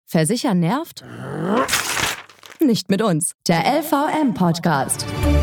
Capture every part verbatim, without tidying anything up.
Versichern nervt? Nicht mit uns. Der L V M-Podcast.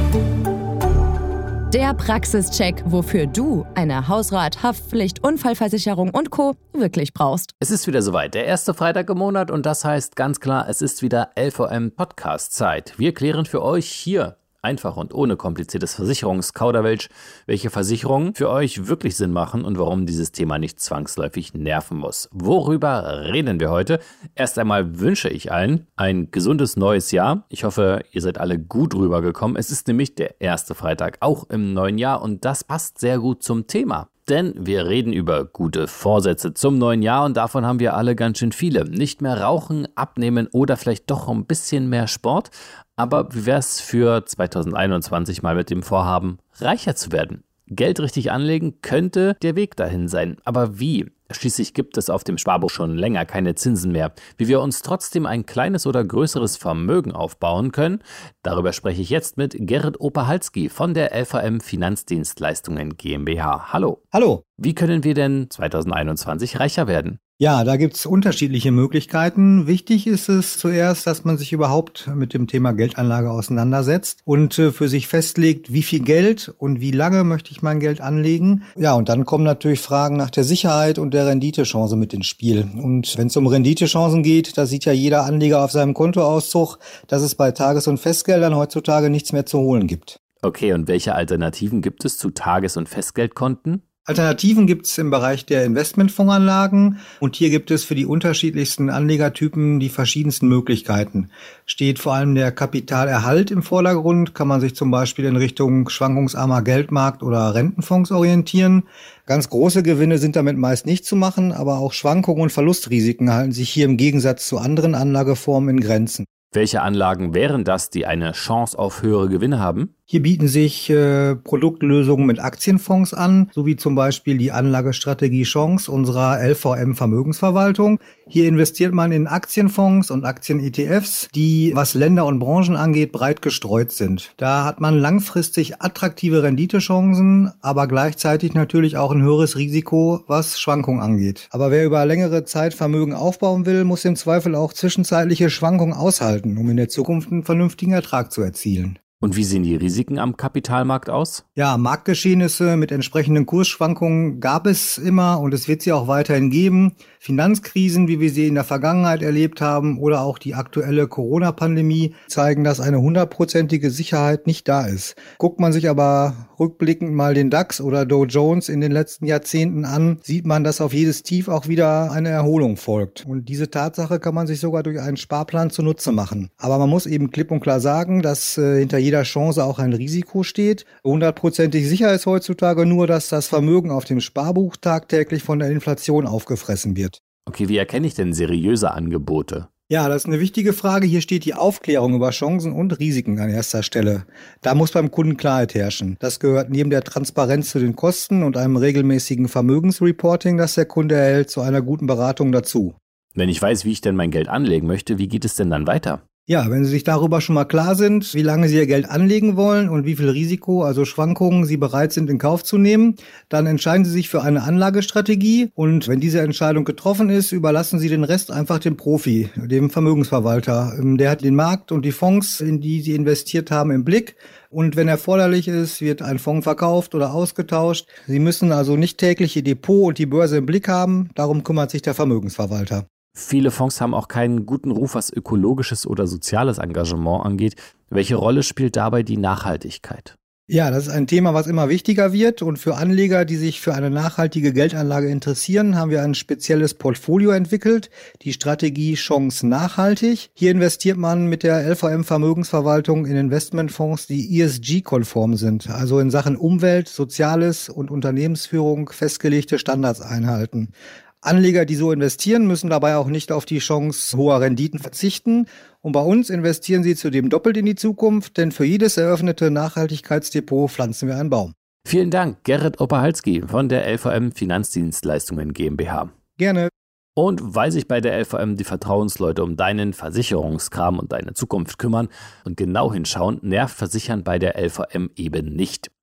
Der Praxischeck, wofür du eine Hausrat-, Haftpflicht-, Unfallversicherung und Co. wirklich brauchst. Es ist wieder soweit, der erste Freitag im Monat und das heißt ganz klar, es ist wieder L V M-Podcast-Zeit. Wir klären für euch hier einfach und ohne kompliziertes Versicherungskauderwelsch, welche Versicherungen für euch wirklich Sinn machen und warum dieses Thema nicht zwangsläufig nerven muss. Worüber reden wir heute? Erst einmal wünsche ich allen ein gesundes neues Jahr. Ich hoffe, ihr seid alle gut rübergekommen. Es ist nämlich der erste Freitag, auch im neuen Jahr, und das passt sehr gut zum Thema. Denn wir reden über gute Vorsätze zum neuen Jahr und davon haben wir alle ganz schön viele. Nicht mehr rauchen, abnehmen oder vielleicht doch ein bisschen mehr Sport. Aber wie wäre es für zwanzig einundzwanzig mal mit dem Vorhaben, reicher zu werden? Geld richtig anlegen könnte der Weg dahin sein. Aber wie? Schließlich gibt es auf dem Sparbuch schon länger keine Zinsen mehr. Wie wir uns trotzdem ein kleines oder größeres Vermögen aufbauen können, darüber spreche ich jetzt mit Gerrit Oberhalski von der L V M Finanzdienstleistungen GmbH. Hallo. Hallo. Wie können wir denn zwanzig einundzwanzig reicher werden? Ja, da gibt's unterschiedliche Möglichkeiten. Wichtig ist es zuerst, dass man sich überhaupt mit dem Thema Geldanlage auseinandersetzt und äh, für sich festlegt, wie viel Geld und wie lange möchte ich mein Geld anlegen. Ja, und dann kommen natürlich Fragen nach der Sicherheit und der Renditechance mit ins Spiel. Und wenn es um Renditechancen geht, da sieht ja jeder Anleger auf seinem Kontoauszug, dass es bei Tages- und Festgeldern heutzutage nichts mehr zu holen gibt. Okay, und welche Alternativen gibt es zu Tages- und Festgeldkonten? Alternativen gibt es im Bereich der Investmentfondsanlagen und hier gibt es für die unterschiedlichsten Anlegertypen die verschiedensten Möglichkeiten. Steht vor allem der Kapitalerhalt im Vordergrund, kann man sich zum Beispiel in Richtung schwankungsarmer Geldmarkt oder Rentenfonds orientieren. Ganz große Gewinne sind damit meist nicht zu machen, aber auch Schwankungen und Verlustrisiken halten sich hier im Gegensatz zu anderen Anlageformen in Grenzen. Welche Anlagen wären das, die eine Chance auf höhere Gewinne haben? Hier bieten sich äh, Produktlösungen mit Aktienfonds an, sowie zum Beispiel die Anlagestrategie Chance unserer L V M Vermögensverwaltung. Hier investiert man in Aktienfonds und Aktien-E T Fs, die, was Länder und Branchen angeht, breit gestreut sind. Da hat man langfristig attraktive Renditechancen, aber gleichzeitig natürlich auch ein höheres Risiko, was Schwankungen angeht. Aber wer über längere Zeit Vermögen aufbauen will, muss im Zweifel auch zwischenzeitliche Schwankungen aushalten, um in der Zukunft einen vernünftigen Ertrag zu erzielen. Und wie sehen die Risiken am Kapitalmarkt aus? Ja, Marktgeschehnisse mit entsprechenden Kursschwankungen gab es immer und es wird sie auch weiterhin geben. Finanzkrisen, wie wir sie in der Vergangenheit erlebt haben, oder auch die aktuelle Corona-Pandemie zeigen, dass eine hundertprozentige Sicherheit nicht da ist. Guckt man sich aber rückblickend mal den DAX oder Dow Jones in den letzten Jahrzehnten an, sieht man, dass auf jedes Tief auch wieder eine Erholung folgt. Und diese Tatsache kann man sich sogar durch einen Sparplan zunutze machen. Aber man muss eben klipp und klar sagen, dass äh, hinter jeder Chance auch ein Risiko steht. Hundertprozentig sicher ist heutzutage nur, dass das Vermögen auf dem Sparbuch tagtäglich von der Inflation aufgefressen wird. Okay, wie erkenne ich denn seriöse Angebote? Ja, das ist eine wichtige Frage. Hier steht die Aufklärung über Chancen und Risiken an erster Stelle. Da muss beim Kunden Klarheit herrschen. Das gehört neben der Transparenz zu den Kosten und einem regelmäßigen Vermögensreporting, das der Kunde erhält, zu einer guten Beratung dazu. Wenn ich weiß, wie ich denn mein Geld anlegen möchte, wie geht es denn dann weiter? Ja, wenn Sie sich darüber schon mal klar sind, wie lange Sie Ihr Geld anlegen wollen und wie viel Risiko, also Schwankungen, Sie bereit sind in Kauf zu nehmen, dann entscheiden Sie sich für eine Anlagestrategie und wenn diese Entscheidung getroffen ist, überlassen Sie den Rest einfach dem Profi, dem Vermögensverwalter. Der hat den Markt und die Fonds, in die Sie investiert haben, im Blick. Und wenn erforderlich ist, wird ein Fonds verkauft oder ausgetauscht. Sie müssen also nicht täglich Ihr Depot und die Börse im Blick haben, darum kümmert sich der Vermögensverwalter. Viele Fonds haben auch keinen guten Ruf, was ökologisches oder soziales Engagement angeht. Welche Rolle spielt dabei die Nachhaltigkeit? Ja, das ist ein Thema, was immer wichtiger wird und für Anleger, die sich für eine nachhaltige Geldanlage interessieren, haben wir ein spezielles Portfolio entwickelt, die Strategie Chance nachhaltig. Hier investiert man mit der L V M Vermögensverwaltung in Investmentfonds, die E S G-konform sind, also in Sachen Umwelt, Soziales und Unternehmensführung festgelegte Standards einhalten. Anleger, die so investieren, müssen dabei auch nicht auf die Chance hoher Renditen verzichten. Und bei uns investieren sie zudem doppelt in die Zukunft, denn für jedes eröffnete Nachhaltigkeitsdepot pflanzen wir einen Baum. Vielen Dank, Gerrit Oberhalski von der L V M Finanzdienstleistungen GmbH. Gerne. Und weil sich bei der L V M die Vertrauensleute um deinen Versicherungskram und deine Zukunft kümmern und genau hinschauen, nervt Versichern bei der L V M eben nicht.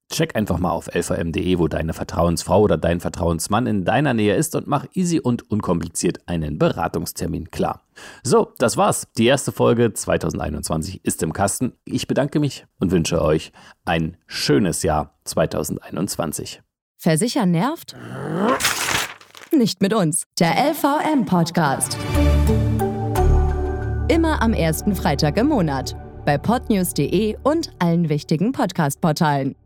Check einfach mal auf l v m punkt d e, wo deine Vertrauensfrau oder dein Vertrauensmann in deiner Nähe ist und mach easy und unkompliziert einen Beratungstermin klar. So, das war's. Die erste Folge zwanzig einundzwanzig ist im Kasten. Ich bedanke mich und wünsche euch ein schönes Jahr zwanzig einundzwanzig. Versichern nervt? Nicht mit uns. Der L V M-Podcast. Immer am ersten Freitag im Monat. Bei podnews punkt d e und allen wichtigen Podcast-Portalen.